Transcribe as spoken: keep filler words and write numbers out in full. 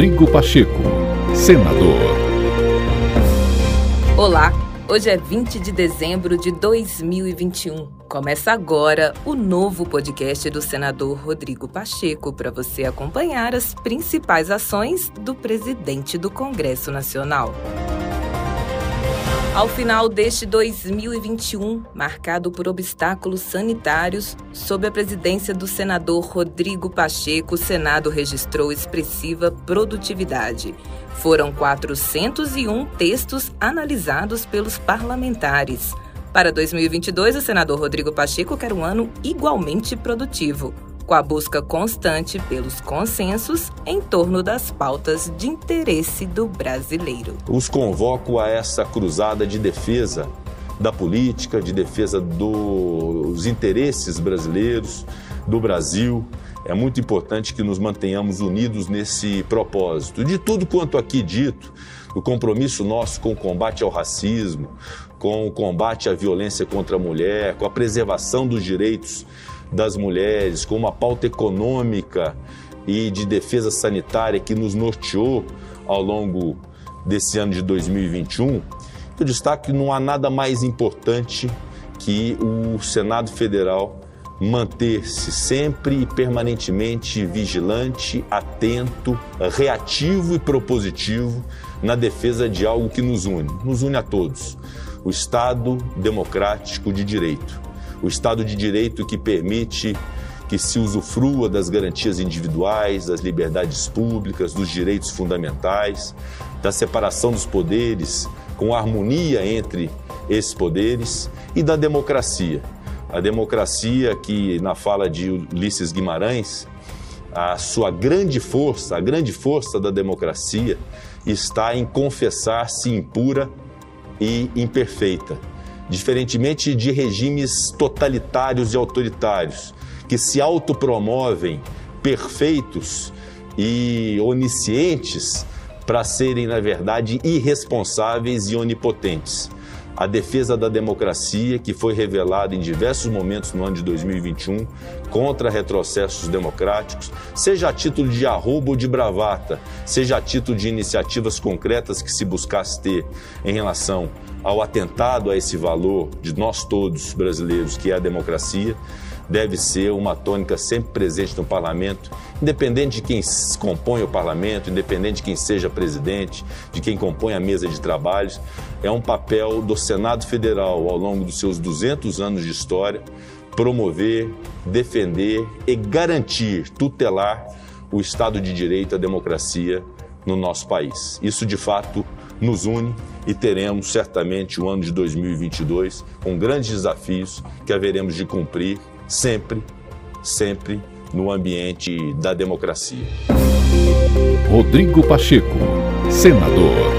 Rodrigo Pacheco, senador. Olá, hoje é vinte de dezembro de dois mil e vinte e um. Começa agora o novo podcast do senador Rodrigo Pacheco para você acompanhar as principais ações do presidente do Congresso Nacional. Ao final deste dois mil e vinte e um, marcado por obstáculos sanitários, sob a presidência do senador Rodrigo Pacheco, o Senado registrou expressiva produtividade. Foram quatrocentos e um textos analisados pelos parlamentares. Para dois mil e vinte e dois, o senador Rodrigo Pacheco quer um ano igualmente produtivo, com a busca constante pelos consensos em torno das pautas de interesse do brasileiro. Os convoco a essa cruzada de defesa da política, de defesa dos interesses brasileiros, do Brasil. É muito importante que nos mantenhamos unidos nesse propósito. De tudo quanto aqui dito, o compromisso nosso com o combate ao racismo, com o combate à violência contra a mulher, com a preservação dos direitos das mulheres, com uma pauta econômica e de defesa sanitária que nos norteou ao longo desse ano de dois mil e vinte e um, eu destaco que não há nada mais importante que o Senado Federal manter-se sempre e permanentemente vigilante, atento, reativo e propositivo na defesa de algo que nos une, nos une a todos, o Estado democrático de direito. O Estado de Direito que permite que se usufrua das garantias individuais, das liberdades públicas, dos direitos fundamentais, da separação dos poderes, com harmonia entre esses poderes e da democracia. A democracia que, na fala de Ulisses Guimarães, a sua grande força, a grande força da democracia está em confessar-se impura e imperfeita. Diferentemente de regimes totalitários e autoritários, que se autopromovem perfeitos e oniscientes para serem, na verdade, irresponsáveis e onipotentes. A defesa da democracia, que foi revelada em diversos momentos no ano de dois mil e vinte e um, contra retrocessos democráticos, seja a título de arrobo ou de bravata, seja a título de iniciativas concretas que se buscasse ter em relação ao atentado a esse valor de nós todos brasileiros, que é a democracia, deve ser uma tônica sempre presente no parlamento, independente de quem compõe o parlamento, independente de quem seja presidente, de quem compõe a mesa de trabalhos. É um papel do Senado Federal, ao longo dos seus duzentos anos de história, promover, defender e garantir, tutelar o Estado de Direito e a democracia no nosso país. Isso, de fato, nos une e teremos certamente o ano de dois mil e vinte e dois com grandes desafios que haveremos de cumprir sempre, sempre no ambiente da democracia. Rodrigo Pacheco, senador.